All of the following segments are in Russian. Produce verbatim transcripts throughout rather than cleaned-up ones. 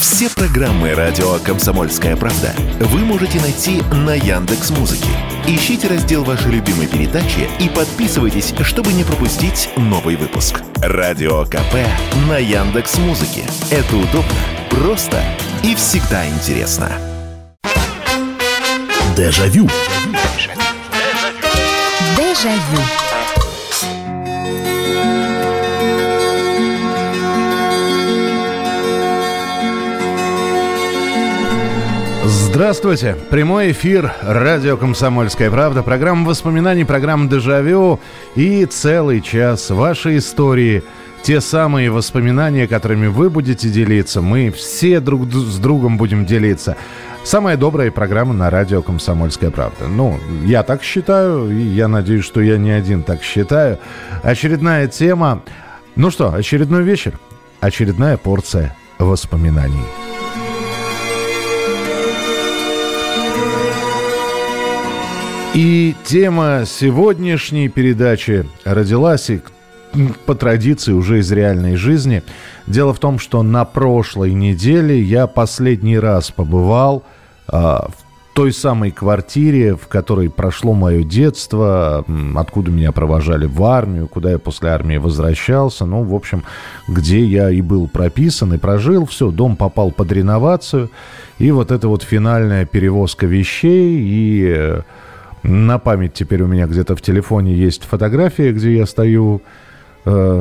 Все программы радио «Комсомольская правда» вы можете найти на Яндекс.Музыке. Ищите раздел вашей любимой передачи и подписывайтесь, чтобы не пропустить новый выпуск. Радио КП на Яндекс.Музыке. Это удобно, просто и всегда интересно. Дежавю. Дежавю. Здравствуйте. Прямой эфир радио «Комсомольская правда». Программа воспоминаний, программа «Дежавю». И целый час вашей истории. Те самые воспоминания, которыми вы будете делиться. Мы все друг с другом будем делиться. Самая добрая программа на радио «Комсомольская правда». Ну, я так считаю, и я надеюсь, что я не один так считаю. Очередная тема. Ну что, очередной вечер. Очередная порция воспоминаний. И тема сегодняшней передачи родилась и по традиции уже из реальной жизни. Дело в том, что на прошлой неделе я последний раз побывал а, в той самой квартире, в которой прошло мое детство, откуда меня провожали в армию, куда я после армии возвращался. Ну, в общем, где я и был прописан, и прожил. Все, дом попал под реновацию. И вот эта вот финальная перевозка вещей и... На память теперь у меня где-то в телефоне есть фотография, где я стою э,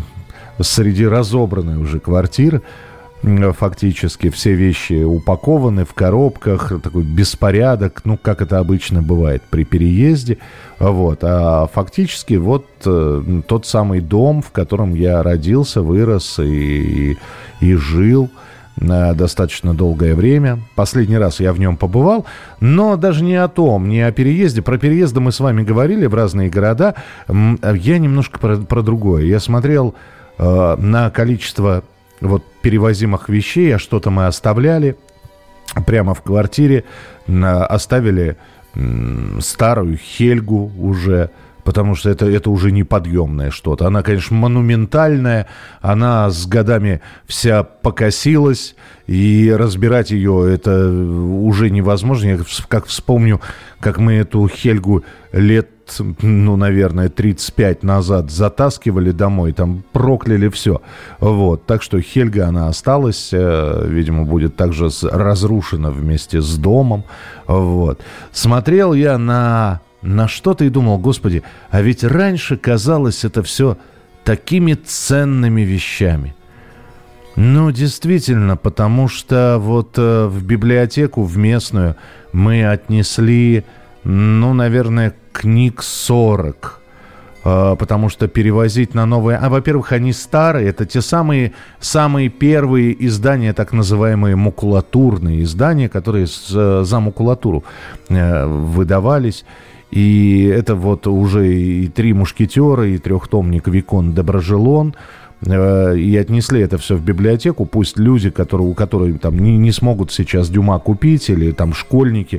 среди разобранной уже квартиры. Фактически все вещи упакованы в коробках, такой беспорядок, ну, как это обычно бывает при переезде. Вот. А фактически вот э, тот самый дом, в котором я родился, вырос и, и, и жил достаточно долгое время. Последний раз я в нем побывал, но даже не о том, не о переезде. Про переезды мы с вами говорили в разные города. Я немножко про, про другое. Я смотрел э, на количество вот, перевозимых вещей, а что-то мы оставляли прямо в квартире. Оставили э, старую Хельгу уже, потому что это, это уже неподъемное что-то. Она, конечно, монументальная, она с годами вся покосилась, и разбирать ее это уже невозможно. Я как вспомню, как мы эту Хельгу лет, ну, наверное, тридцать пять назад затаскивали домой, там прокляли все. Вот. Так что Хельга, она осталась, видимо, будет также разрушена вместе с домом. Вот. Смотрел я на... На что-то и думал, господи, а ведь раньше казалось это все такими ценными вещами. Ну, действительно, потому что вот э, в библиотеку, в местную, мы отнесли, ну, наверное, книг сорок. Э, потому что перевозить на новые... А, во-первых, они старые, это те самые, самые первые издания, так называемые макулатурные издания, которые с, за макулатуру э, выдавались. И это вот уже и «Три мушкетера», и трехтомник «Викон де Брожелон». И отнесли это все в библиотеку. Пусть люди, которые, у которых там не, не смогут сейчас Дюма купить, или там школьники,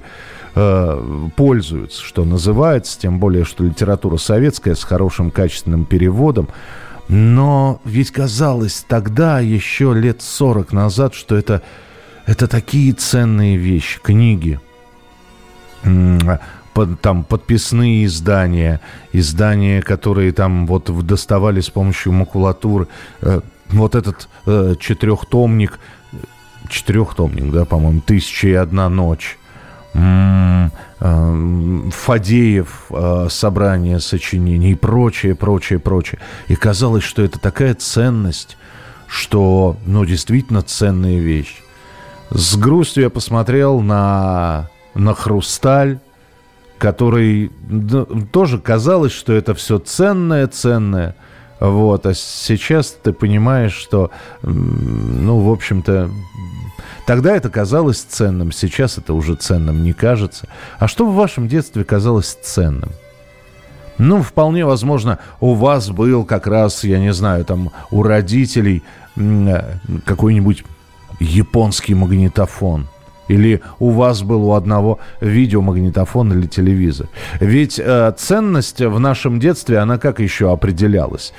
э, пользуются, что называется. Тем более, что литература советская с хорошим качественным переводом. Но ведь казалось тогда, еще лет сорок назад, что это, это такие ценные вещи, книги. Под, там подписные издания, издания, которые там вот доставали с помощью макулатуры. Э, вот этот э, четырехтомник, четырехтомник, да, по-моему, «Тысяча и одна ночь». М-м, э, Фадеев, э, собрание сочинений и прочее, прочее, прочее. И казалось, что это такая ценность, что, ну, действительно ценная вещь. С грустью я посмотрел на, на «Хрусталь», который да, тоже казалось, что это все ценное, ценное. Вот. А сейчас ты понимаешь, что, ну, в общем-то, тогда это казалось ценным, сейчас это уже ценным не кажется. А что в вашем детстве казалось ценным? Ну, вполне возможно, у вас был как раз, я не знаю, там, у родителей какой-нибудь японский магнитофон. Или у вас был у одного видеомагнитофон или телевизор. Ведь э, ценность в нашем детстве, она как еще определялась?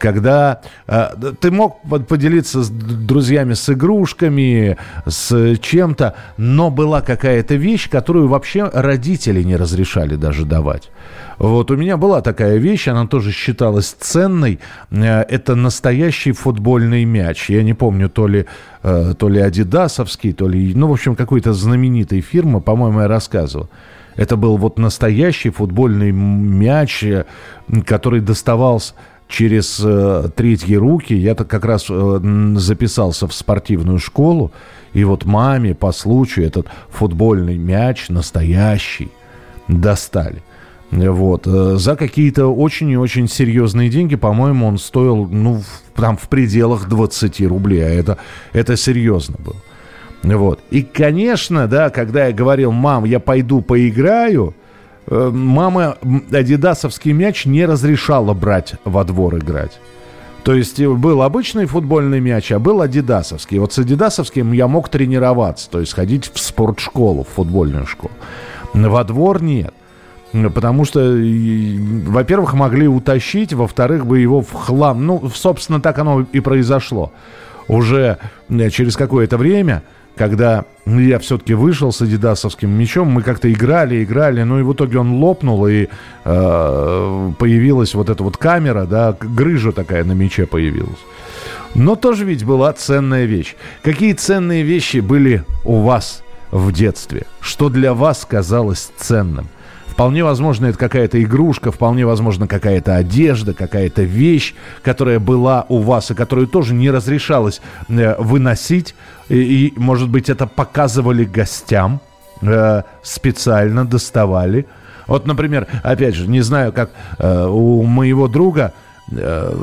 когда э, ты мог поделиться с друзьями с игрушками, с чем-то, но была какая-то вещь, которую вообще родители не разрешали даже давать. Вот у меня была такая вещь, она тоже считалась ценной. Это настоящий футбольный мяч. Я не помню, то ли, то ли адидасовский, то ли, ну, в общем, какой-то знаменитой фирмы, по-моему, я рассказывал. Это был вот настоящий футбольный мяч, который доставался через э, третьи руки. Я-то как раз э, записался в спортивную школу, и вот маме по случаю этот футбольный мяч настоящий достали. Вот. За какие-то очень и очень серьезные деньги, по-моему, он стоил, ну, в, там в пределах двадцать рублей, а это, это серьезно было. Вот. И, конечно, да, когда я говорил: мам, я пойду поиграю, мама адидасовский мяч не разрешала брать во двор играть. То есть был обычный футбольный мяч, а был адидасовский. Вот с адидасовским я мог тренироваться, то есть ходить в спортшколу, в футбольную школу. Во двор нет. Потому что, во-первых, могли утащить, во-вторых, бы его в хлам. Ну, собственно, так оно и произошло. Уже через какое-то время, когда я все-таки вышел с адидасовским мячом, мы как-то играли, играли, ну и в итоге он лопнул, и э, появилась вот эта вот камера, да, грыжа такая на мяче появилась. Но тоже ведь была ценная вещь. Какие ценные вещи были у вас в детстве? Что для вас казалось ценным? Вполне возможно, это какая-то игрушка, вполне возможно, какая-то одежда, какая-то вещь, которая была у вас и которую тоже не разрешалось э, выносить. И, и, может быть, это показывали гостям, э, специально доставали. Вот, например, опять же, не знаю, как э, у моего друга, э,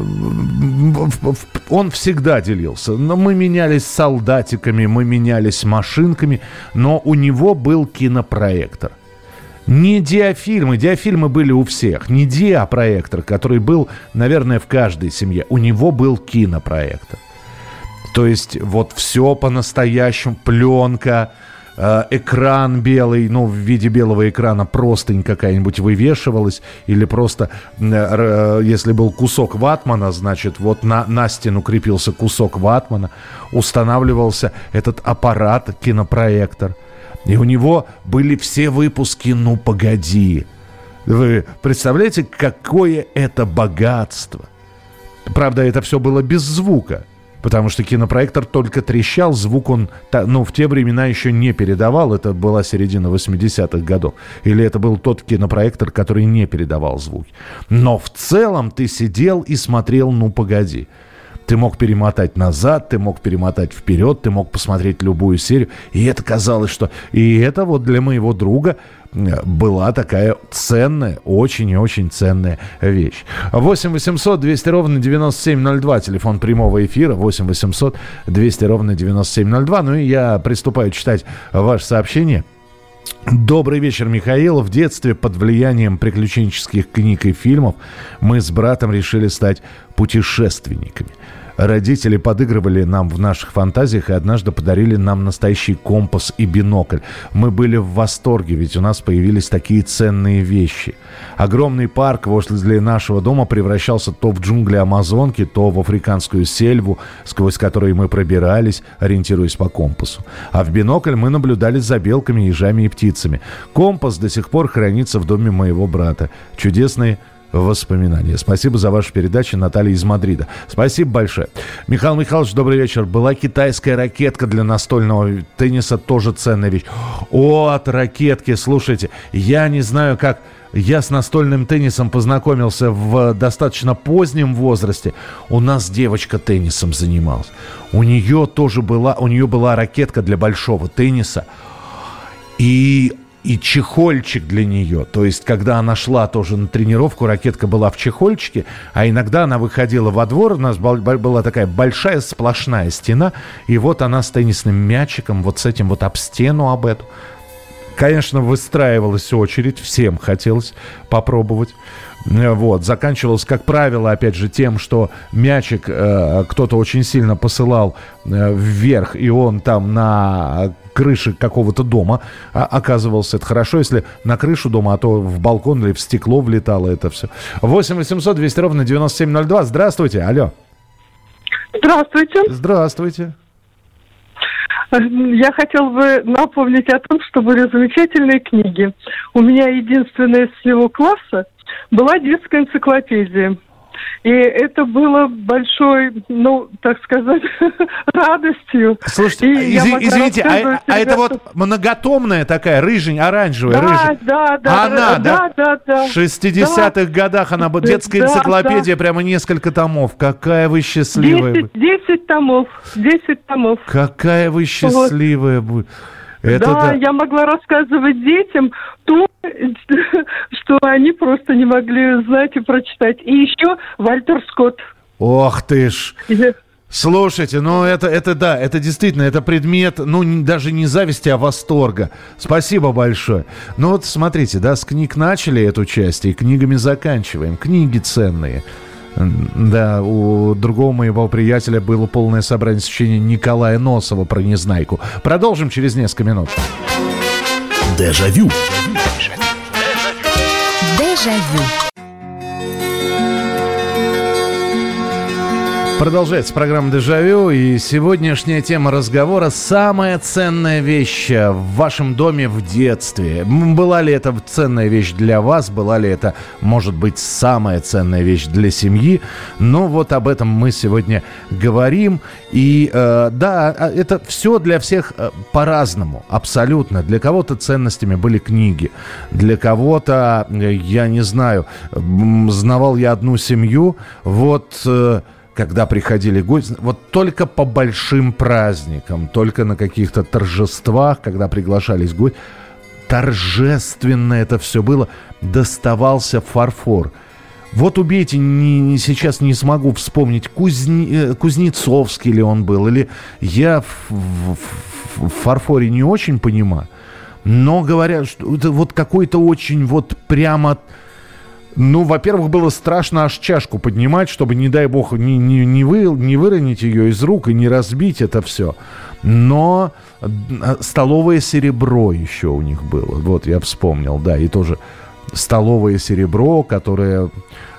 он всегда делился. Но мы менялись солдатиками, мы менялись машинками, но у него был кинопроектор. Не диафильмы, диафильмы были у всех, не диапроектор, который был, наверное, в каждой семье. У него был кинопроектор. То есть вот все по-настоящему, пленка, э, экран белый, ну, в виде белого экрана простынь какая-нибудь вывешивалась, или просто, э, э, если был кусок ватмана, значит, вот на, на стену крепился кусок ватмана, устанавливался этот аппарат, кинопроектор. И у него были все выпуски «Ну, погоди». Вы представляете, какое это богатство? Правда, это все было без звука, потому что кинопроектор только трещал, звук он, ну, в те времена еще не передавал, это была середина восьмидесятых годов. Или это был тот кинопроектор, который не передавал звуки. Но в целом ты сидел и смотрел «Ну, погоди». Ты мог перемотать назад, ты мог перемотать вперед, ты мог посмотреть любую серию. И это казалось, что... И это вот для моего друга была такая ценная, очень и очень ценная вещь. восемь восемьсот двести ровно девяносто семь ноль два, телефон прямого эфира, восемь восемьсот двести ровно девяносто семь ноль два. Ну и я приступаю читать ваше сообщение. Добрый вечер, Михаил. В детстве под влиянием приключенческих книг и фильмов мы с братом решили стать путешественниками. Родители подыгрывали нам в наших фантазиях и однажды подарили нам настоящий компас и бинокль. Мы были в восторге, ведь у нас появились такие ценные вещи. Огромный парк возле нашего дома превращался то в джунгли Амазонки, то в африканскую сельву, сквозь которую мы пробирались, ориентируясь по компасу. А в бинокль мы наблюдали за белками, ежами и птицами. Компас до сих пор хранится в доме моего брата. Чудесные воспоминания. Спасибо за вашу передачу, Наталья из Мадрида. Спасибо большое. Михаил Михайлович, добрый вечер. Была китайская ракетка для настольного тенниса, тоже ценная вещь. О, от ракетки, слушайте, я не знаю, как... Я с настольным теннисом познакомился в достаточно позднем возрасте. У нас девочка теннисом занималась. У нее тоже была, у нее была ракетка для большого тенниса. И... И чехольчик для нее. То есть, когда она шла тоже на тренировку, ракетка была в чехольчике, а иногда она выходила во двор, у нас была такая большая сплошная стена, и вот она с теннисным мячиком, вот с этим вот об стену об эту. Конечно, выстраивалась очередь, всем хотелось попробовать. Вот. Заканчивалось, как правило, опять же, тем, что мячик э, кто-то очень сильно посылал э, вверх, и он там на крыше какого-то дома а, оказывался. Это хорошо, если на крышу дома, а то в балкон или в стекло влетало это все. восемь восемьсот двести ровно девяносто семь ноль два. Здравствуйте, алло. Здравствуйте. Здравствуйте. Я хотел бы напомнить о том, что были замечательные книги. У меня единственная из всего класса была детская энциклопедия. И это было большой, ну, так сказать, радостью. Слушайте, изв... извините, а, а это вот многотомная такая, рыжень, оранжевая, да, рыжая? Да, да, она, да. да, да, да. В шестидесятых да. годах она была, детская энциклопедия, да, да. Прямо несколько томов. Какая вы счастливая. Десять, десять томов, десять томов. Какая вы счастливая. Вот. Это да, да, я могла рассказывать детям то, что они просто не могли знать и прочитать. И еще Вальтер Скотт. Ох ты ж! Слушайте, ну это, это да, это действительно, это предмет, ну даже не зависти, а восторга. Спасибо большое. Ну вот смотрите, да, с книг начали эту часть и книгами заканчиваем. Книги ценные. Да, у другого моего приятеля было полное собрание сочинений Николая Носова про Незнайку. Продолжим через несколько минут. Дежавю. Дежавю. Продолжается программа «Дежавю», и сегодняшняя тема разговора – самая ценная вещь в вашем доме в детстве. Была ли это ценная вещь для вас, была ли это, может быть, самая ценная вещь для семьи? Но вот об этом мы сегодня говорим. И э, да, это все для всех по-разному, абсолютно. Для кого-то ценностями были книги, для кого-то, я не знаю, знавал я одну семью, вот... Э, когда приходили гости, вот только по большим праздникам, только на каких-то торжествах, когда приглашались гости, торжественно это все было, доставался фарфор. Вот убейте, не, не, сейчас не смогу вспомнить, Кузни, Кузнецовский ли он был, или я в, в, в фарфоре не очень понимаю, но говорят, что это вот какой-то очень вот прямо... Ну, во-первых, было страшно аж чашку поднимать, чтобы, не дай бог, не, не, не, вы, не выронить ее из рук и не разбить это все. Но столовое серебро еще у них было. Вот, я вспомнил, да, и тоже столовое серебро, которое...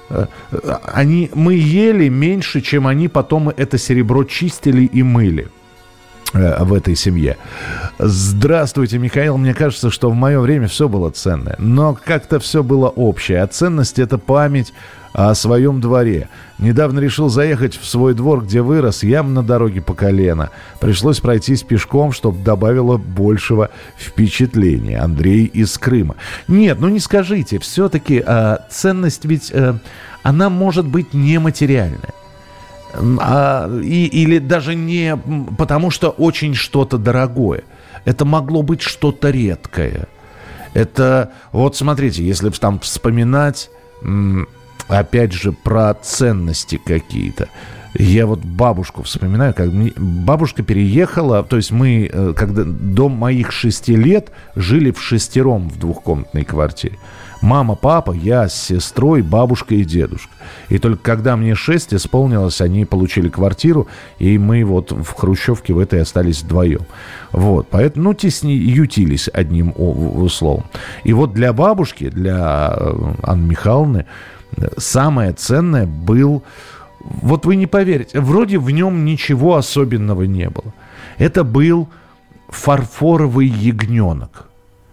Они, мы ели меньше, чем они потом это серебро чистили и мыли в этой семье. Здравствуйте, Михаил. Мне кажется, что в мое время все было ценное, но как-то все было общее. А ценность — это память о своем дворе. Недавно решил заехать в свой двор, где вырос, ям на дороге по колено. Пришлось пройтись пешком, чтобы добавило большего впечатления. Андрей из Крыма. Нет, ну не скажите. Все-таки э, ценность ведь, э, она может быть нематериальная. А, и, или даже не потому, что очень что-то дорогое. Это могло быть что-то редкое. Это, вот смотрите, если там вспоминать, опять же, про ценности какие-то. Я вот бабушку вспоминаю, как бабушка переехала, то есть мы, когда до моих шести лет, жили в шестером в двухкомнатной квартире. Мама, папа, я с сестрой, бабушка и дедушка. И только когда мне шесть исполнилось, они получили квартиру, и мы вот в хрущевке в этой остались вдвоем. Вот, поэтому, ну, тесни, ютились одним словом. И вот для бабушки, для Анны Михайловны, самое ценное был... Вот вы не поверите, вроде в нем ничего особенного не было. Это был фарфоровый ягненок.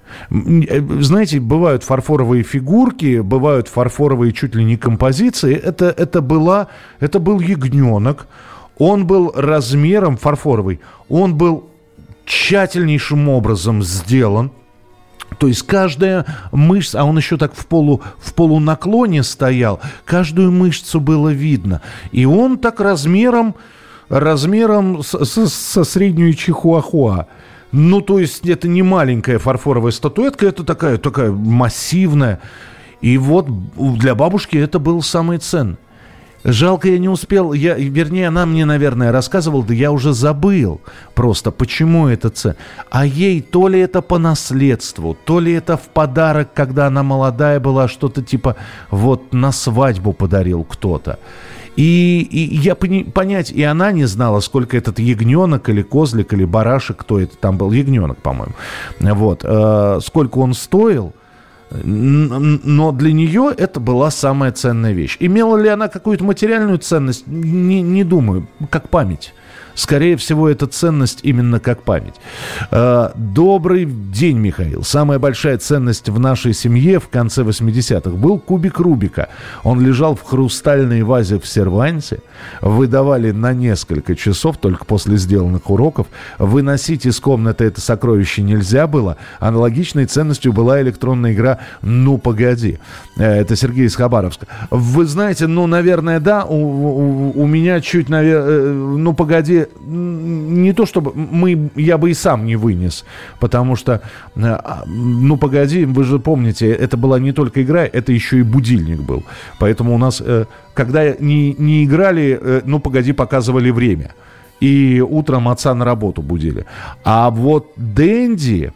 Знаете, бывают фарфоровые фигурки, бывают фарфоровые чуть ли не композиции. Это, это, была, это был ягненок. Он был размером фарфоровый. Он был тщательнейшим образом сделан. То есть каждая мышца, а он еще так в, полу, в полунаклоне стоял, каждую мышцу было видно. И он так размером, размером со, со, со среднюю чихуахуа. Ну, то есть это не маленькая фарфоровая статуэтка, это такая, такая массивная. И вот для бабушки это было самое ценное. Жалко, я не успел, я, вернее, она мне, наверное, рассказывала, да я уже забыл просто, почему это ценно. А ей то ли это по наследству, то ли это в подарок, когда она молодая была, что-то типа вот на свадьбу подарил кто-то. И, и я пони, понять, и она не знала, сколько этот ягненок или козлик или барашек, кто это там был, ягненок, по-моему, вот, э, сколько он стоил. Но для нее это была самая ценная вещь. Имела ли она какую-то материальную ценность? Не, не думаю, как память. Скорее всего, это ценность именно как память. Добрый день, Михаил. Самая большая ценность в нашей семье в конце восьмидесятых был кубик Рубика. Он лежал в хрустальной вазе в серванте. Выдавали на несколько часов, только после сделанных уроков. Выносить из комнаты это сокровище нельзя было. Аналогичной ценностью была электронная игра «Ну, погоди». Это Сергей из Хабаровска. Вы знаете, ну, наверное, да, у, у, у меня чуть, наверное, «Ну, погоди», не то чтобы мы, я бы и сам не вынес, потому что, ну, погоди, вы же помните, это была не только игра, это еще и будильник был. Поэтому у нас, когда не, не играли, ну, погоди, показывали время. И утром отца на работу будили. А вот Дэнди...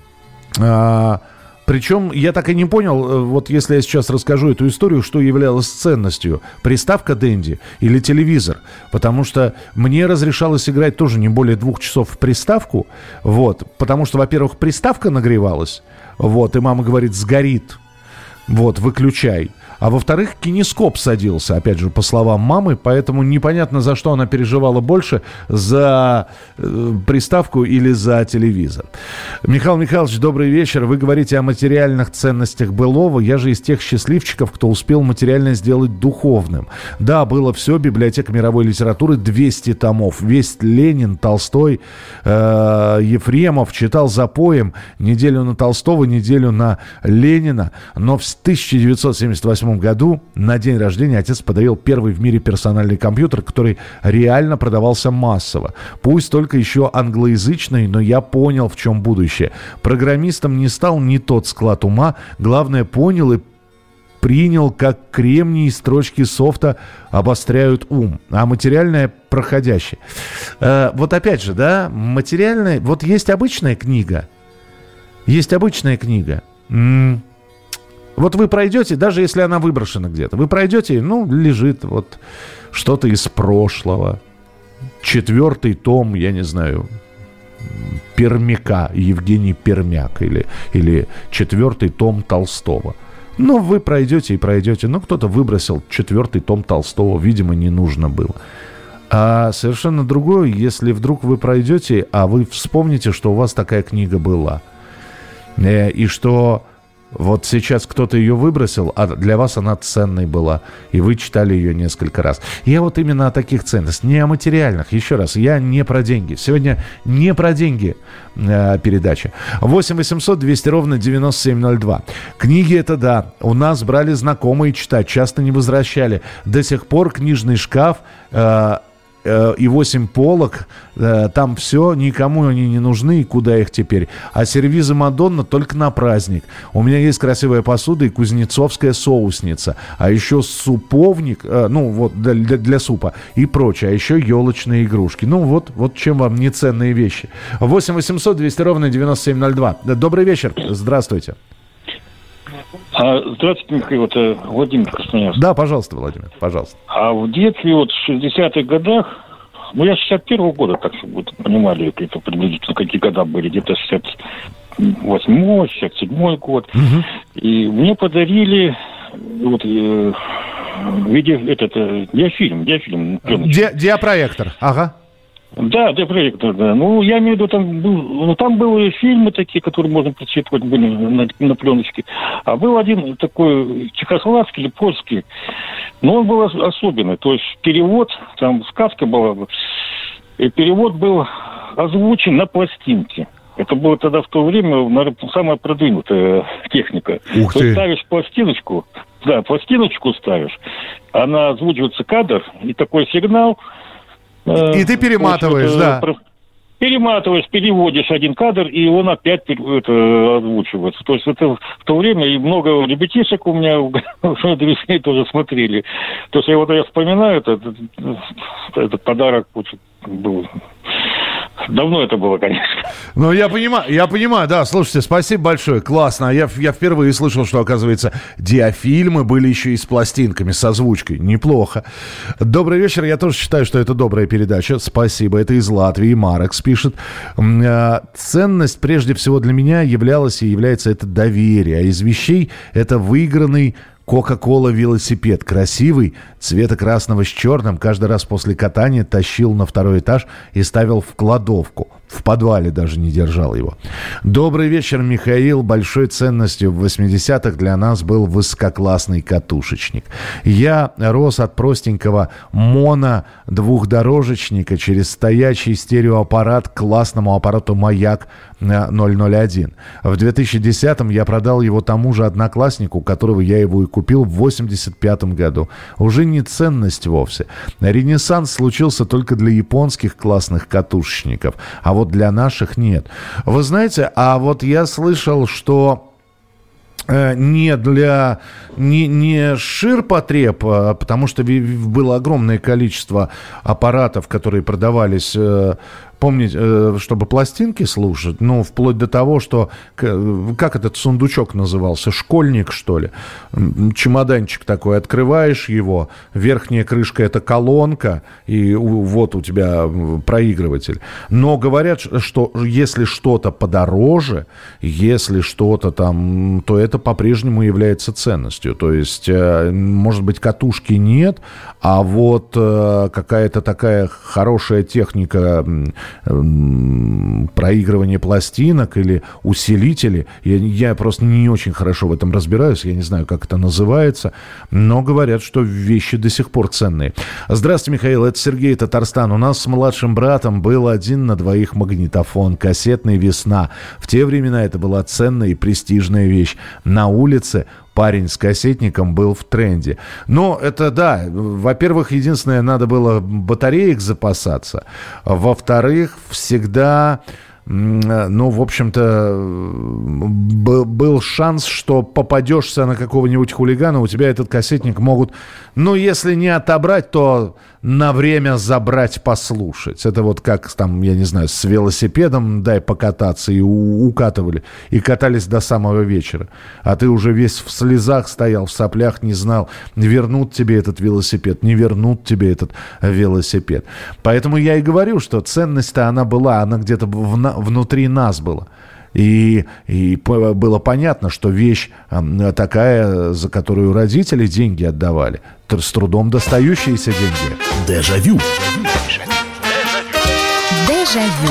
Причем я так и не понял, вот если я сейчас расскажу эту историю, что являлось ценностью, приставка Дэнди или телевизор, потому что мне разрешалось играть тоже не более двух часов в приставку, вот, потому что, во-первых, приставка нагревалась, вот, и мама говорит, сгорит, вот, выключай. А во-вторых, кинескоп садился, опять же, по словам мамы, поэтому непонятно, за что она переживала больше, за э, приставку или за телевизор. Михаил Михайлович, добрый вечер. Вы говорите о материальных ценностях былого. Я же из тех счастливчиков, кто успел материально сделать духовным. Да, было все, библиотека мировой литературы, двести томов. Весь Ленин, Толстой, э, Ефремов, читал запоем. Неделю на Толстого, неделю на Ленина. Но в тысяча девятьсот семьдесят восьмом году на день рождения отец подарил первый в мире персональный компьютер, который реально продавался массово. Пусть только еще англоязычный, но я понял, в чем будущее. Программистом не стал, не тот склад ума. Главное, понял и принял, как кремний и строчки софта обостряют ум, а материальное проходящее. Э, вот опять же, да, материальное... Вот есть обычная книга. Есть обычная книга. М-м- Вот вы пройдете, даже если она выброшена где-то, вы пройдете, ну, лежит вот что-то из прошлого. Четвертый том, я не знаю, Пермяка, Евгений Пермяк, или, или четвертый том Толстого. Ну, вы пройдете и пройдете. Ну, кто-то выбросил четвертый том Толстого, видимо, не нужно было. А совершенно другое, если вдруг вы пройдете, а вы вспомните, что у вас такая книга была. И что... Вот сейчас кто-то ее выбросил, а для вас она ценной была, и вы читали ее несколько раз. Я вот именно о таких ценностях, не о материальных. Еще раз, я не про деньги. Сегодня не про деньги э, передача. восемь восемьсот двести ровно девяносто семь ноль два. Книги это да. У нас брали знакомые читать, часто не возвращали. До сих пор книжный шкаф... Э, и восемь полок, там все, никому они не нужны, и куда их теперь. А сервизы Мадонна только на праздник. У меня есть красивая посуда и кузнецовская соусница. А еще суповник, ну вот для, для супа и прочее. А еще елочные игрушки. Ну вот, вот чем вам не ценные вещи. восемь восемьсот двести ровно девяносто семь ноль два. Добрый вечер, здравствуйте. А, здравствуйте, Михаил, это Владимир Красноярск. Да, пожалуйста, Владимир, пожалуйста. А в детстве, вот в шестидесятых годах, ну, я шестьдесят первого года, так чтобы вы понимали, это приблизительно какие года были, где-то шестьдесят восьмой, шестьдесят седьмой год. Угу. И мне подарили вот э, в виде, этот, э, диафильм, диафильм. Ди- диапроектор, ага. Да, да, проектор, да. Ну, я имею в виду, там был, ну, там были фильмы такие, которые можно прочитывать, были на, на пленочке. А был один такой чехословацкий или польский, но он был особенный. То есть перевод, там сказка была, и перевод был озвучен на пластинке. Это было тогда в то время, наверное, самая продвинутая техника. Ух ты. То есть ставишь пластиночку, да, пластиночку ставишь, она озвучивается кадр, и такой сигнал. И ты перематываешь, общем, да. Про... перематываешь, переводишь один кадр, и он опять это озвучивается. То есть это в то время и много ребятишек у меня друзей тоже смотрели. То есть я вот я вспоминаю, этот, этот подарок очень был. Давно это было, конечно. Ну, я понимаю, я понимаю, да, слушайте, спасибо большое, классно. Я, я впервые слышал, что, оказывается, диафильмы были еще и с пластинками, с озвучкой. Неплохо. Добрый вечер, я тоже считаю, что это добрая передача. Спасибо, это из Латвии, Марекс пишет. Ценность, прежде всего, для меня являлась и является это доверие. А из вещей это выигранный Кока-кола велосипед. Красивый, цвета красного с черным. Каждый раз после катания тащил на второй этаж и ставил в кладовку. В подвале даже не держал его. Добрый вечер, Михаил. Большой ценностью в восьмидесятых для нас был высококлассный катушечник. Я рос от простенького моно-двухдорожечника через стоячий стереоаппарат к классному аппарату «Маяк» ноль ноль один. В две тысячи десятом я продал его тому же однокласснику, которого я его и купил в восемьдесят пятом году. Уже не ценность вовсе. Ренессанс случился только для японских классных катушечников, а вот для наших нет. Вы знаете, а вот я слышал, что э, не для не, не ширпотреб, а, потому что было огромное количество аппаратов, которые продавались. Э, Помните, чтобы пластинки слушать, ну, вплоть до того, что, как этот сундучок назывался, школьник, что ли, чемоданчик такой, открываешь его, верхняя крышка — это колонка, и вот у тебя проигрыватель. Но говорят, что если что-то подороже, если что-то там, то это по-прежнему является ценностью. То есть, может быть, катушки нет, а вот какая-то такая хорошая техника проигрывание пластинок или усилители. Я, я просто не очень хорошо в этом разбираюсь, я не знаю, как это называется, но говорят, что вещи до сих пор ценные. Здравствуйте, Михаил, это Сергей, Татарстан. У нас с младшим братом был один на двоих магнитофон, кассетный «Весна». В те времена это была ценная и престижная вещь. На улице парень с кассетником был в тренде. Но это да, во-первых, единственное, надо было батареек запасаться. Во-вторых, всегда, ну, в общем-то, был шанс, что попадешься на какого-нибудь хулигана, у тебя этот кассетник могут, ну, если не отобрать, то на время забрать, послушать. Это вот как там, я не знаю, с велосипедом дай покататься, и укатывали, и катались до самого вечера. А ты уже весь в слезах стоял, в соплях, не знал, вернут тебе этот велосипед, не вернут тебе этот велосипед. Поэтому я и говорю, что ценность-то она была, она где-то в, внутри нас была. И, и было понятно, что вещь такая, за которую родители деньги отдавали, с трудом достающиеся деньги. Дежавю. Дежавю.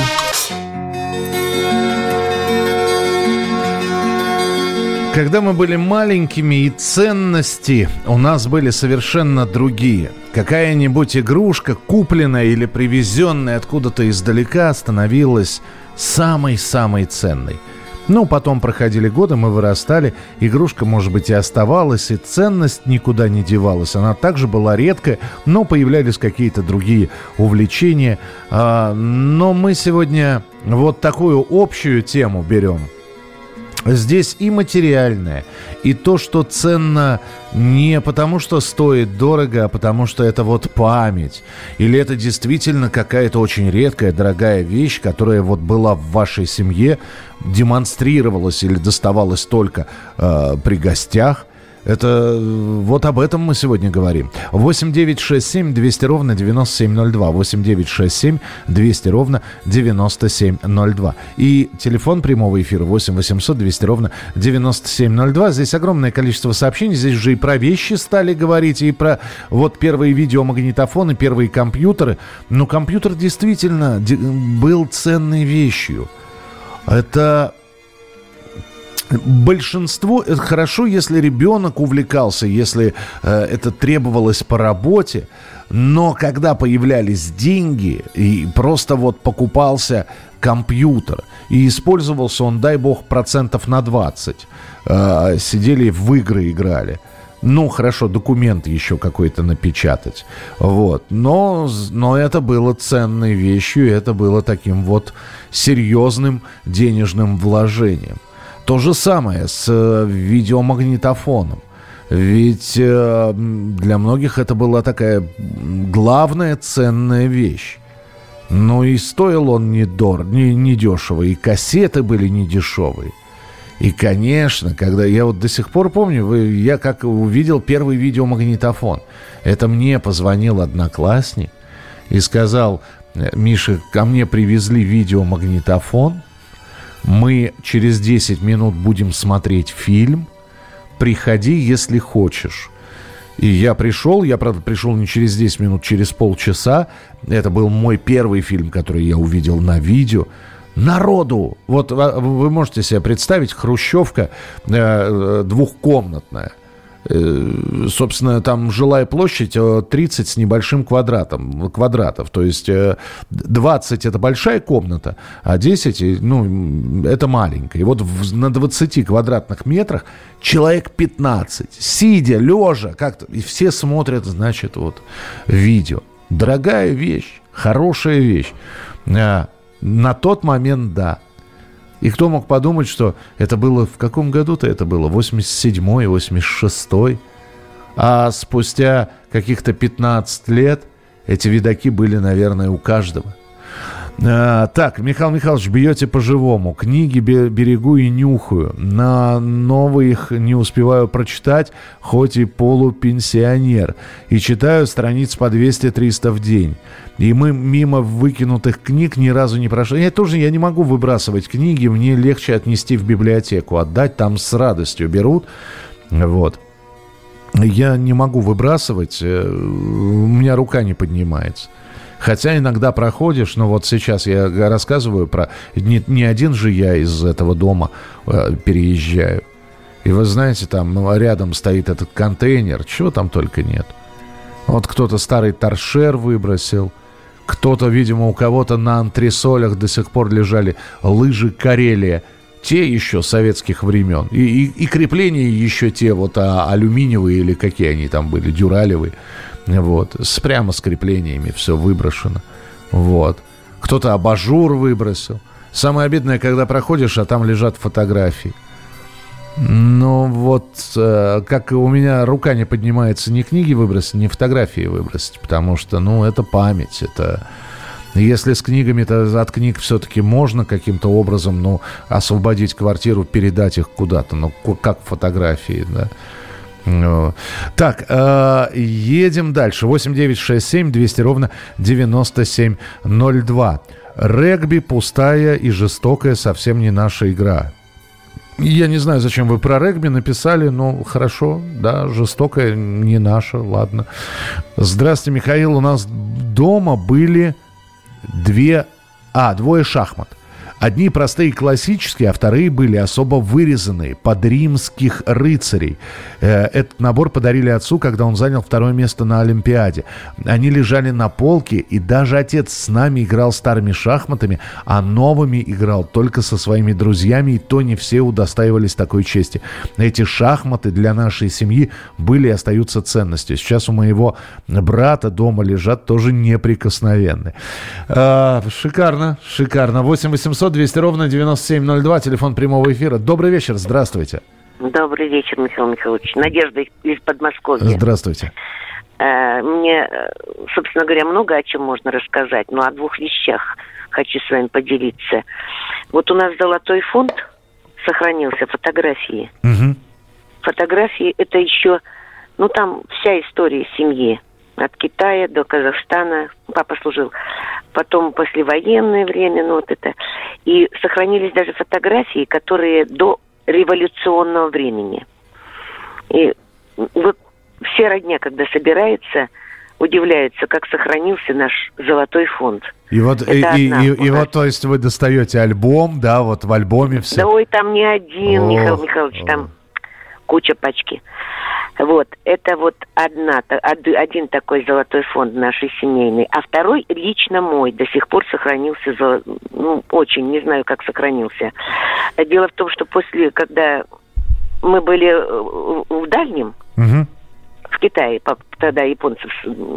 Когда мы были маленькими, и ценности у нас были совершенно другие. Какая-нибудь игрушка, купленная или привезенная откуда-то издалека, становилась самой-самой ценной. Ну, потом проходили годы, мы вырастали, игрушка, может быть, и оставалась, и ценность никуда не девалась. Она также была редкая, но появлялись какие-то другие увлечения. Но мы сегодня вот такую общую тему берем. Здесь и материальное, и то, что ценно не потому, что стоит дорого, а потому, что это вот память. Или это действительно какая-то очень редкая, дорогая вещь, которая вот была в вашей семье, демонстрировалась или доставалась только э, при гостях. Это вот об этом мы сегодня говорим. восемь девятьсот шестьдесят семь двести ровно девяносто семь ноль два. восемь девятьсот шестьдесят семь двести ровно девяносто семь ноль два. И телефон прямого эфира восемь восемьсот двести ровно девяносто семь ноль два. Здесь огромное количество сообщений. Здесь уже и про вещи стали говорить, и про вот первые видеомагнитофоны, первые компьютеры. Но компьютер действительно был ценной вещью. Это... Большинство, это хорошо, если ребенок увлекался, если э, это требовалось по работе, но когда появлялись деньги, и просто вот покупался компьютер, и использовался он, дай бог, процентов на двадцать, э, сидели в игры играли. Ну, хорошо, документ еще какой-то напечатать. Вот. Но, но это было ценной вещью, это было таким вот серьезным денежным вложением. То же самое с видеомагнитофоном. Ведь э, для многих это была такая главная ценная вещь. Ну и стоил он недор, не, не дешево, и кассеты были не дешевые. И, конечно, когда я вот до сих пор помню, я как увидел первый видеомагнитофон, это мне позвонил одноклассник и сказал: Миша, ко мне привезли видеомагнитофон, мы через десять минут будем смотреть фильм, приходи, если хочешь. И я пришел, я, правда, пришел не через десять минут, через полчаса. Это был мой первый фильм, который я увидел на видео. Народу! Вот вы можете себе представить, хрущевка э, двухкомнатная. Э, собственно, там жилая площадь тридцать с небольшим квадратом, квадратов. То есть э, двадцать это большая комната, а десять, ну, это маленькая. И вот в, на двадцати квадратных метрах человек пятнадцать, сидя, лежа, как-то, и все смотрят, значит, вот видео. Дорогая вещь, хорошая вещь. Э, На тот момент, да. И кто мог подумать, что это было... В каком году-то это было? восемьдесят седьмой, восемьдесят шестой. А спустя каких-то пятнадцать лет эти видаки были, наверное, у каждого. А, так, Михаил Михайлович, бьете по-живому. Книги берегу и нюхаю. На новые их не успеваю прочитать, хоть и полупенсионер. И читаю страниц по двести-триста в день. И мы мимо выкинутых книг ни разу не прошли. Я тоже я не могу выбрасывать книги. Мне легче отнести в библиотеку, отдать. Там с радостью берут. Вот. Я не могу выбрасывать. У меня рука не поднимается. Хотя иногда проходишь, но вот сейчас я рассказываю про... Не, не один же я из этого дома э, переезжаю. И вы знаете, там рядом стоит этот контейнер, чего там только нет. Вот кто-то старый торшер выбросил, кто-то, видимо, у кого-то на антресолях до сих пор лежали лыжи Карелия. Те еще советских времен. И, и, и крепления еще те, вот а, алюминиевые или какие они там были, дюралевые. Вот, с, прямо с креплениями все выброшено. Вот. Кто-то абажур выбросил. Самое обидное, когда проходишь, а там лежат фотографии. Ну вот, э, как у меня рука не поднимается ни книги выбросить, ни фотографии выбросить. Потому что, ну, это память, это... Если с книгами-то от книг все-таки можно каким-то образом, ну, освободить квартиру, передать их куда-то, ну, как фотографии, да. Так, э, едем дальше. восемь девятьсот шестьдесят семь двести ровно девяносто семь ноль два. Регби пустая и жестокая, совсем не наша игра. Я не знаю, зачем вы про регби написали, но хорошо, да, жестокая не наша, ладно. Здравствуйте, Михаил. У нас дома были две... А, двое шахмат. Одни простые классические, а вторые были особо вырезанные, под римских рыцарей. Этот набор подарили отцу, когда он занял второе место на Олимпиаде. Они лежали на полке, и даже отец с нами играл старыми шахматами, а новыми играл только со своими друзьями, и то не все удостаивались такой чести. Эти шахматы для нашей семьи были и остаются ценностью. Сейчас у моего брата дома лежат тоже неприкосновенные. А, шикарно, шикарно. восемь восемьсот двести ровно девяносто семь ноль два, телефон прямого эфира. Добрый вечер, здравствуйте. Добрый вечер, Михаил Михайлович. Надежда из Подмосковья. Здравствуйте. Мне, собственно говоря, много о чем можно рассказать, но о двух вещах хочу с вами поделиться. Вот у нас золотой фонд сохранился, фотографии. Угу. Фотографии – это еще, ну там вся история семьи. От Китая до Казахстана. Папа служил. Потом послевоенное время, ну вот это. И сохранились даже фотографии, которые до революционного времени. И вот все родня, когда собирается, удивляются, как сохранился наш золотой фонд. И вот, и, и, и, и вот, то есть вы достаете альбом, да, вот в альбоме все. Да ой, там не один, о, Михаил Михайлович, о. там куча пачки. Вот, это вот одна, один такой золотой фонд нашей семейный. А второй лично мой, до сих пор сохранился, ну, очень, не знаю, как сохранился. Дело в том, что после, когда мы были в Дальнем, угу. Китае, тогда японцев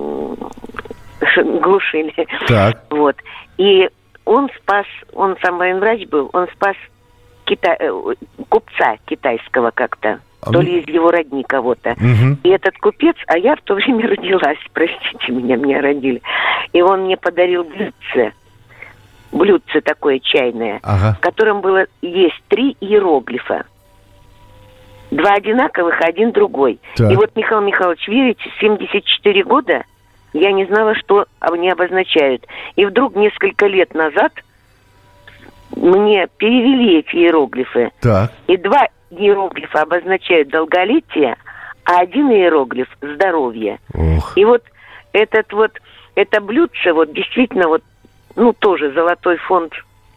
глушили. Так. Вот. И он спас, он сам военврач был, он спас кита... купца китайского как-то, а то ли из его родни кого-то. Угу. И этот купец, а я в то время родилась, простите меня, меня родили. И он мне подарил блюдце, блюдце такое чайное, ага. в котором было есть три иероглифа. Два одинаковых, один другой. Так. И вот, Михаил Михайлович, верите, семьдесят четыре года я не знала, что они обозначают. И вдруг несколько лет назад мне перевели эти иероглифы. Так. И два иероглифа обозначают долголетие, а один иероглиф – здоровье. Ох. И вот этот вот, это блюдце, вот действительно, вот, ну, тоже золотой фонд.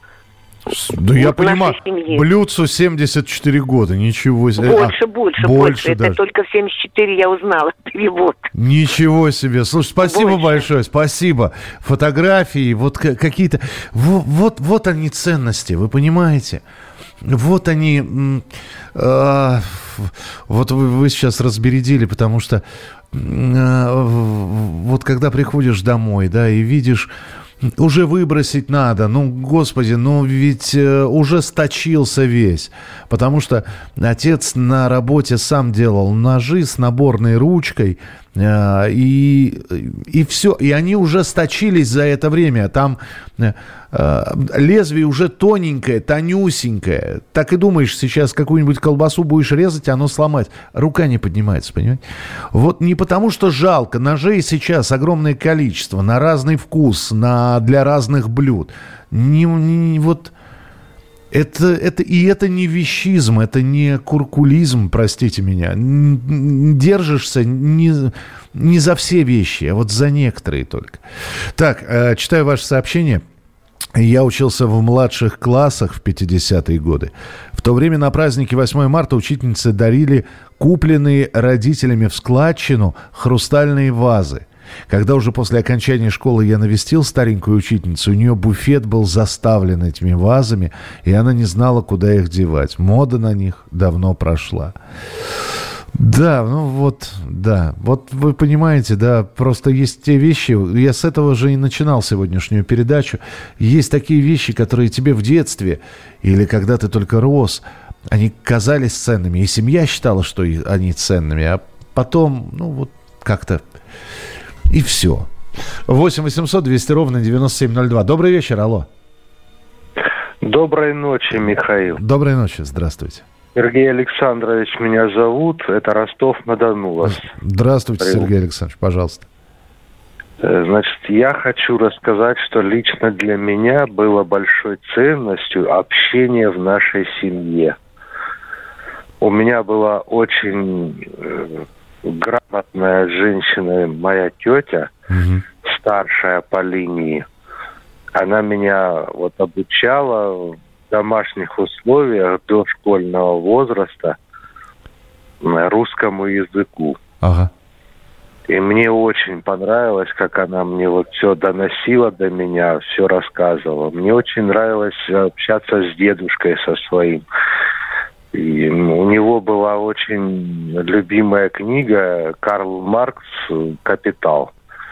Да, я понимаю, блюдцу семьдесят четыре года, ничего себе. Больше, а, больше, больше. Это даже. Только в семьдесят четыре я узнала перевод. Ничего себе. Слушай, спасибо больше. Большое, спасибо. Фотографии, вот какие-то... Вот, вот, вот они ценности, вы понимаете? Вот они... Э, вот вы, вы сейчас разбередили, потому что э, вот когда приходишь домой, да, и видишь... Уже выбросить надо, ну, господи, ну ведь э, уже сточился весь, потому что отец на работе сам делал ножи с наборной ручкой, э, и, и все, и они уже сточились за это время, там э, лезвие уже тоненькое, тонюсенькое, так и думаешь, сейчас какую-нибудь колбасу будешь резать, оно сломать, рука не поднимается, понимаете? Вот не потому, что жалко, ножей сейчас огромное количество, на разный вкус, на для разных блюд. Не, не, вот это, это, и это не вещизм, это не куркулизм, простите меня. Держишься не, не за все вещи, а вот за некоторые только. Так, э, читаю ваше сообщение. Я учился в младших классах в пятидесятые годы. В то время на празднике восьмое марта учительницы дарили купленные родителями в складчину хрустальные вазы. Когда уже после окончания школы я навестил старенькую учительницу, у нее буфет был заставлен этими вазами, и она не знала, куда их девать. Мода на них давно прошла. Да, ну вот, да, вот вы понимаете, да, просто есть те вещи, я с этого же и начинал сегодняшнюю передачу, есть такие вещи, которые тебе в детстве или когда ты только рос, они казались ценными, и семья считала, что они ценными, а потом, ну вот как-то и все. восемь восемьсот двести ровно девяносто семь ноль два. Добрый вечер, алло. Доброй ночи, Михаил. Доброй ночи, здравствуйте. Сергей Александрович меня зовут, это Ростов-на-Дону вас. Здравствуйте, Привет. Сергей Александрович, пожалуйста. Значит, я хочу рассказать, что лично для меня было большой ценностью общение в нашей семье. У меня была очень э, грамотная женщина, моя тетя, угу. старшая по линии. Она меня вот обучала в домашних условиях до школьного возраста русскому языку. Ага. И мне очень понравилось, как она мне вот все доносила до меня, все рассказывала. Мне очень нравилось общаться с дедушкой со своим. И у него была очень любимая книга Карл Маркс «Капитал».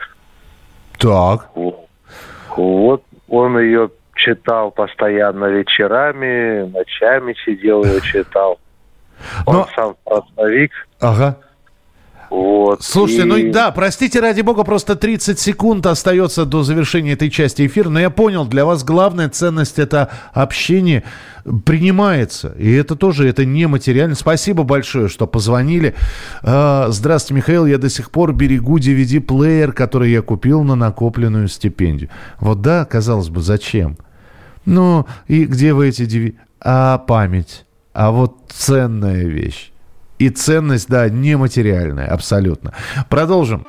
Так. Вот, вот он ее читал постоянно вечерами, ночами сидел и читал. Он Но... сам фронтовик. Ага. Вот. Слушайте, и... ну да, простите, ради бога, просто тридцать секунд остается до завершения этой части эфира, но я понял, для вас главная ценность — это общение, принимается, и это тоже, это не материально. Спасибо большое, что позвонили. Здравствуйте, Михаил, я до сих пор берегу ди ви ди-плеер, который я купил на накопленную стипендию. Вот да, казалось бы, зачем? Ну, и где вы эти ди ви ди? А память, а вот ценная вещь. И ценность, да, нематериальная, абсолютно. Продолжим.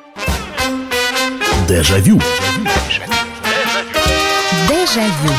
Дежавю. Дежавю.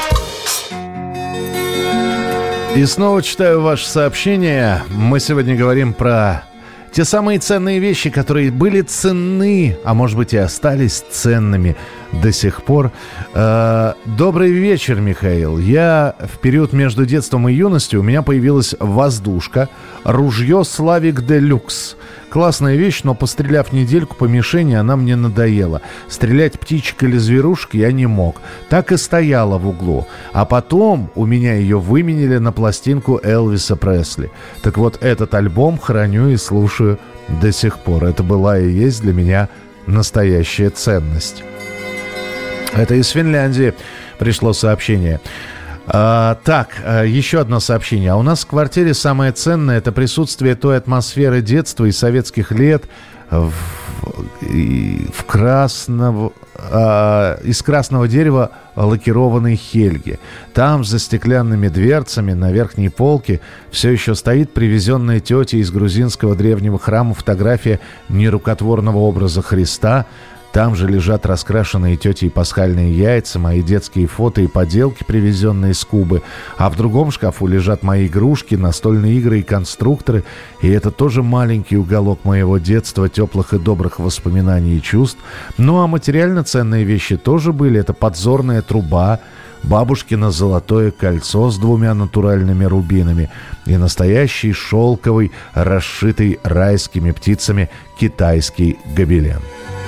И снова читаю ваше сообщение. Мы сегодня говорим про те самые ценные вещи, которые были ценны, а может быть и остались ценными до сих пор. Добрый вечер, Михаил. Я в период между детством и юностью, у меня появилась воздушка, ружье «Славик Делюкс». Классная вещь, но постреляв недельку по мишени, она мне надоела. Стрелять птичек или зверушек я не мог. Так и стояла в углу. А потом у меня ее выменили на пластинку Элвиса Пресли. Так вот, этот альбом храню и слушаю до сих пор. Это была и есть для меня настоящая ценность. Это из Финляндии пришло сообщение. А, так, еще одно сообщение. А у нас в квартире самое ценное — это присутствие той атмосферы детства и советских лет в, и, в красного, а, из красного дерева лакированной Хельги. Там, за стеклянными дверцами, на верхней полке все еще стоит привезенная тетей из грузинского древнего храма фотография нерукотворного образа Христа. Там же лежат раскрашенные тетей пасхальные яйца, мои детские фото и поделки, привезенные с Кубы. А в другом шкафу лежат мои игрушки, настольные игры и конструкторы. И это тоже маленький уголок моего детства, теплых и добрых воспоминаний и чувств. Ну а материально ценные вещи тоже были. Это подзорная труба, бабушкино золотое кольцо с двумя натуральными рубинами и настоящий шелковый, расшитый райскими птицами китайский гобелен.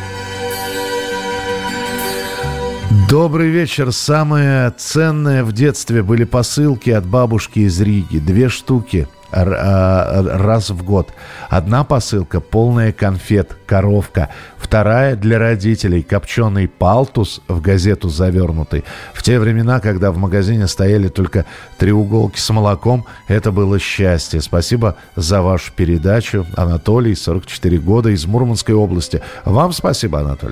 Добрый вечер. Самое ценное в детстве были посылки от бабушки из Риги. Две штуки раз в год. Одна посылка полная конфет, коровка. Вторая для родителей копченый палтус в газету завернутый. В те времена, когда в магазине стояли только треуголки с молоком, это было счастье. Спасибо за вашу передачу. Анатолий, сорок четыре года, из Мурманской области. Вам спасибо, Анатолий.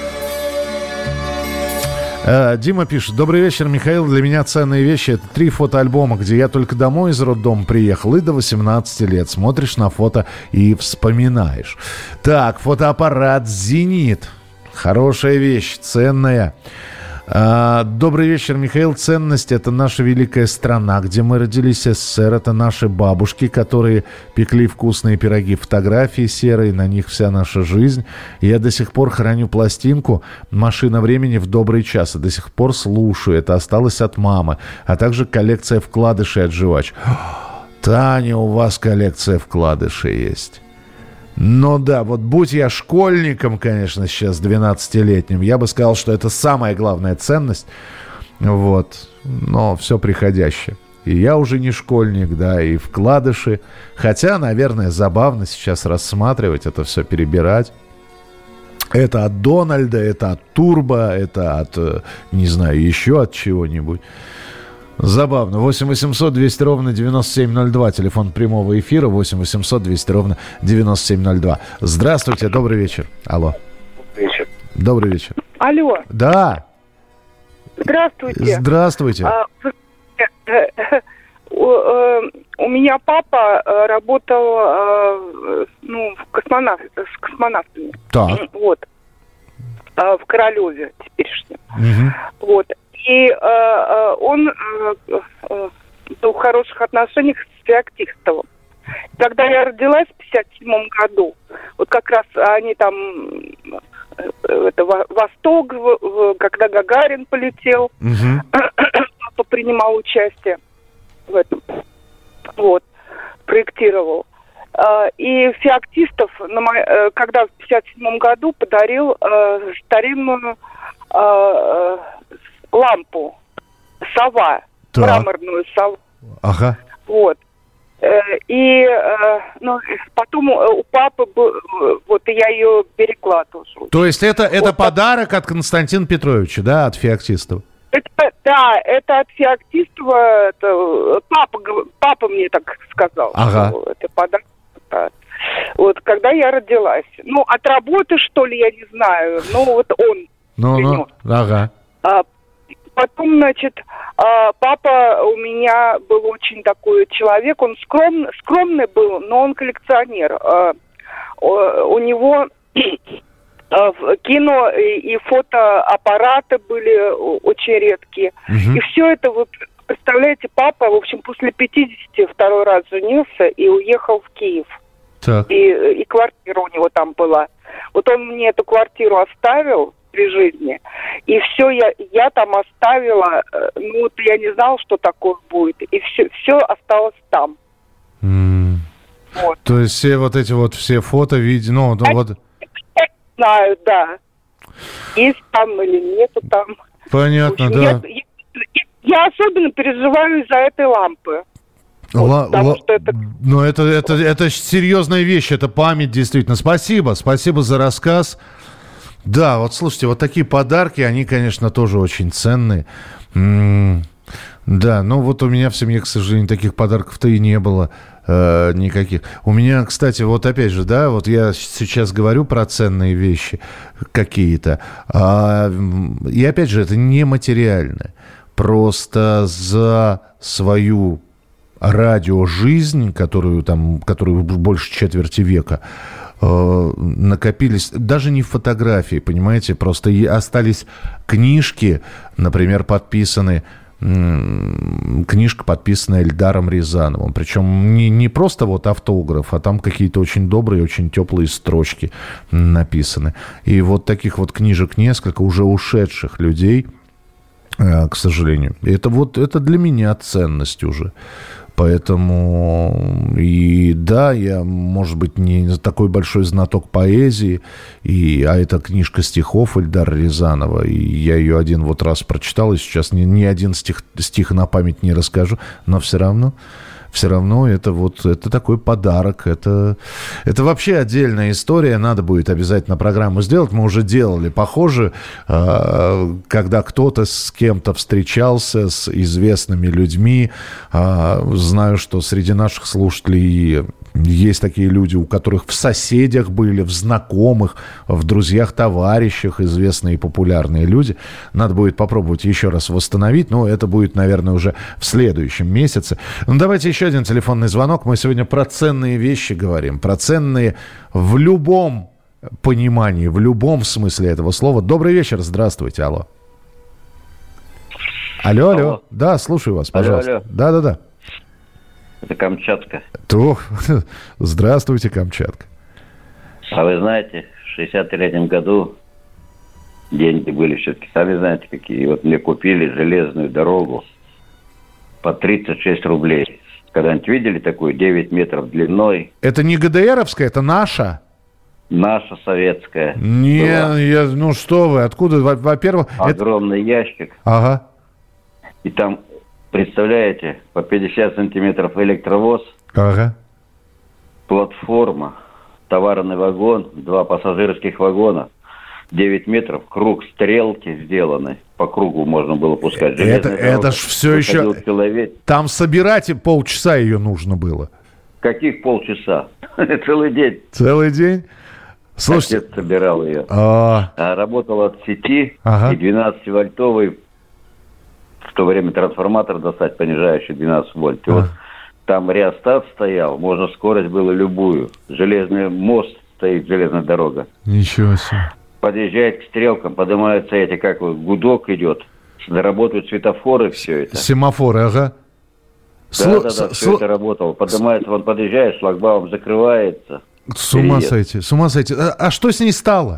Дима пишет: добрый вечер, Михаил. Для меня ценные вещи — это три фотоальбома, где я только домой из роддома приехал и до восемнадцати лет. Смотришь на фото и вспоминаешь. Так, фотоаппарат «Зенит». Хорошая вещь, ценная. А, добрый вечер, Михаил. Ценность — это наша великая страна, где мы родились, СССР. Это наши бабушки, которые пекли вкусные пироги. Фотографии серые, на них вся наша жизнь. Я до сих пор храню пластинку «Машина времени» в добрый час. И до сих пор слушаю. Это осталось от мамы. А также коллекция вкладышей от жвач. Таня, у вас коллекция вкладышей есть. Ну да, вот будь я школьником, конечно, сейчас двенадцатилетним, я бы сказал, что это самая главная ценность. Вот. Но все приходящее. И я уже не школьник, да, и вкладыши. Хотя, наверное, забавно сейчас рассматривать это все, перебирать. Это от Дональда, это от Турбо, это от, не знаю, еще от чего-нибудь. Забавно. восемь восемьсот двести ровно девяносто семь ноль два. Телефон прямого эфира. восемь восемьсот двести ровно девяносто семь ноль два. Здравствуйте. Добрый вечер. Алло. Добрый вечер. Добрый вечер. Алло. Да. Здравствуйте. Здравствуйте. А, у, у меня папа работал ну, в космонав... с космонавтами. Так. Вот. В Королеве теперешнем. Угу. Вот. И э, он э, э, был в хороших отношениях с Феоктистовым. Когда я родилась в пятьдесят седьмом году, вот как раз они там, это Восток, когда Гагарин полетел, угу. папа принимал участие в этом, вот, проектировал. И Феоктистов, когда в пятьдесят седьмом году подарил старинную лампу, сова, так. мраморную сову. Ага. Вот. И ну, потом у папы был, вот я ее берегла тоже. То есть это, это вот, подарок от Константина Петровича, да, от Феоктистова? Это, да, это от Феоктистова, это, папа, папа мне так сказал. Ага. Это подарок. Вот, когда я родилась. Ну, от работы, что ли, я не знаю. Ну, вот он. Ну, ну, ага. А, потом, значит, а, папа у меня был очень такой человек. Он скром, скромный был, но он коллекционер. А, у него кино и фотоаппараты были очень редкие. Угу. И все это, вы представляете, папа, в общем, после пятидесяти второй раз женился и уехал в Киев. Так. И, и квартира у него там была. Вот он мне эту квартиру оставил в при жизни. И все я, я там оставила, ну вот я не знала, что такое будет. И все, все осталось там. Mm. Вот. То есть все вот эти вот все фото, видео, ну, ну вот... Я знаю, да. Есть там или нету там. Понятно, общем, да. Я, я, я особенно переживаю из-за этой лампы. Ла- потому ла- что это... Ну, это, это, это серьезная вещь, это память, действительно. Спасибо, спасибо за рассказ. Да, вот слушайте, вот такие подарки, они, конечно, тоже очень ценные. М-м- да, ну вот у меня в семье, к сожалению, таких подарков-то и не было э, никаких. У меня, кстати, вот опять же, да, вот я сейчас говорю про ценные вещи какие-то. А, и опять же, это не материальное. Просто за свою радиожизнь, которую там, которую больше четверти века, э, накопились, даже не фотографии, понимаете, просто и остались книжки, например, подписаны, м- книжка, подписанная Эльдаром Рязановым, причем не, не просто вот автограф, а там какие-то очень добрые, очень теплые строчки написаны. И вот таких вот книжек несколько уже ушедших людей, э, к сожалению. Это вот, это для меня ценность уже. Поэтому, и да, я, может быть, не такой большой знаток поэзии, и, а это книжка стихов Эльдара Рязанова, и я ее один вот раз прочитал, и сейчас ни, ни один стих, стих на память не расскажу, но все равно... Все равно это вот это такой подарок. Это, это вообще отдельная история. Надо будет обязательно программу сделать. Мы уже делали похоже, когда кто-то с кем-то встречался, с известными людьми. Знаю, что среди наших слушателей есть такие люди, у которых в соседях были, в знакомых, в друзьях, товарищах известные и популярные люди. Надо будет попробовать еще раз восстановить, но это будет, наверное, уже в следующем месяце. Ну, давайте еще один телефонный звонок. Мы сегодня про ценные вещи говорим, про ценные в любом понимании, в любом смысле этого слова. Добрый вечер, здравствуйте, алло. Алло, алло. алло. Да, слушаю вас, пожалуйста. Алло, алло. Да, да, да. Это Камчатка. То, здравствуйте, Камчатка. А вы знаете, в шестьдесят третьем году деньги были все-таки, сами знаете, какие. Вот мне купили железную дорогу по тридцать шесть рублей. Когда-нибудь видели такую, девять метров длиной? Это не ГДРовская, это наша? Наша советская. Не, я, ну что вы, откуда? Во-первых... Огромный это... ящик. Ага. И там... Представляете, по пятьдесят сантиметров электровоз, ага. Платформа, товарный вагон, два пассажирских вагона, девять метров, круг стрелки сделаны, по кругу можно было пускать. Это, это ж все еще... Человек. Там собирать и полчаса ее нужно было. Каких полчаса? Целый день. Целый день? Слушайте... Отец собирал ее. А... А работал от сети, ага. И двенадцативольтовый в то время трансформатор достать, понижающий двенадцать вольт. И а. Вот там реостат стоял, можно скорость было любую. Железный мост стоит, железная дорога. Ничего себе. Подъезжает к стрелкам, поднимаются эти, как вот, гудок идет, работают светофоры, все это. Семафоры, ага. Да-да-да, Слу... все Слу... это работало. Поднимается, он подъезжает, шлагбаум закрывается. С ума сойти, с ума сойти. А, а что с ней стало?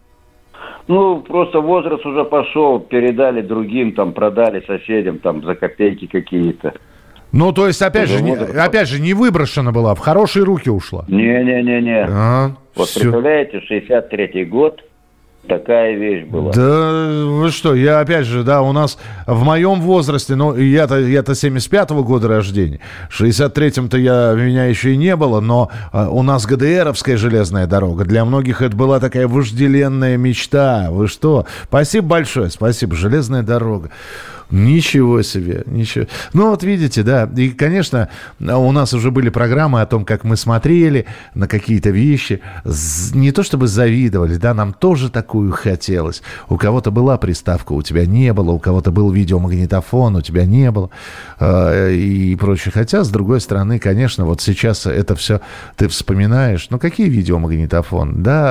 Ну, просто возраст уже пошел, передали другим, там, продали соседям, там, за копейки какие-то. Ну, то есть, опять же, не, опять же, не выброшена была, в хорошие руки ушла. Не-не-не-не. А, вот все. Представляете, шестьдесят третий год, такая вещь была. Да, вы что, я опять же, да, у нас в моем возрасте, ну, я-то, я-то семьдесят пятого года рождения, в шестьдесят третьем-то я, меня еще и не было, но а, у нас ГДРовская железная дорога, для многих это была такая вожделенная мечта, вы что? Спасибо большое, спасибо, железная дорога. Ничего себе, ничего. Ну, вот видите, да, и, конечно, у нас уже были программы о том, как мы смотрели на какие-то вещи, не то чтобы завидовали, да, нам тоже такую хотелось. У кого-то была приставка, у тебя не было, у кого-то был видеомагнитофон, у тебя не было, э, и прочее. Хотя, с другой стороны, конечно, вот сейчас это все ты вспоминаешь, ну, какие видеомагнитофон? Да,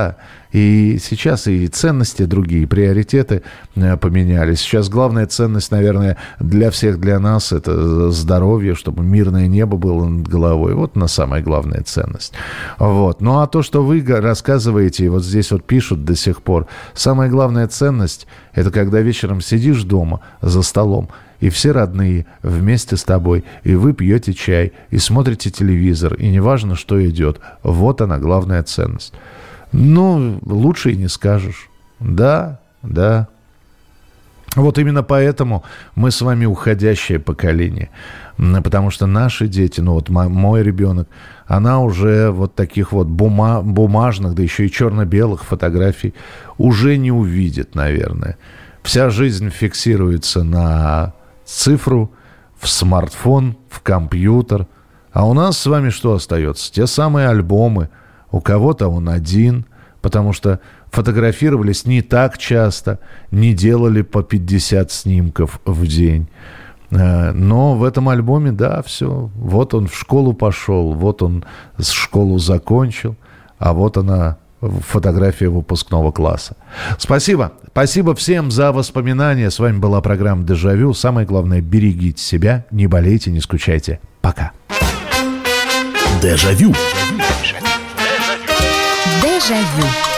И сейчас и ценности другие, и приоритеты поменялись. Сейчас главная ценность, наверное, для всех, для нас, это здоровье, чтобы мирное небо было над головой. Вот она самая главная ценность. Вот. Ну, а то, что вы рассказываете, и вот здесь вот пишут до сих пор, самая главная ценность – это когда вечером сидишь дома за столом, и все родные вместе с тобой, и вы пьете чай, и смотрите телевизор, и неважно, что идет. Вот она, главная ценность. Ну, лучше и не скажешь. Да, да. Вот именно поэтому мы с вами уходящее поколение. Потому что наши дети, ну вот мой ребенок, она уже вот таких вот бума- бумажных, да еще и черно-белых фотографий уже не увидит, наверное. Вся жизнь фиксируется на цифру, в смартфон, в компьютер. А у нас с вами что остается? Те самые альбомы. У кого-то он один, потому что фотографировались не так часто, не делали по пятьдесят снимков в день. Но в этом альбоме, да, все. Вот он в школу пошел, вот он школу закончил, а вот она, фотография выпускного класса. Спасибо. Спасибо всем за воспоминания. С вами была программа «Дежавю». Самое главное, берегите себя, не болейте, не скучайте. Пока. Дежавю. Дежавю.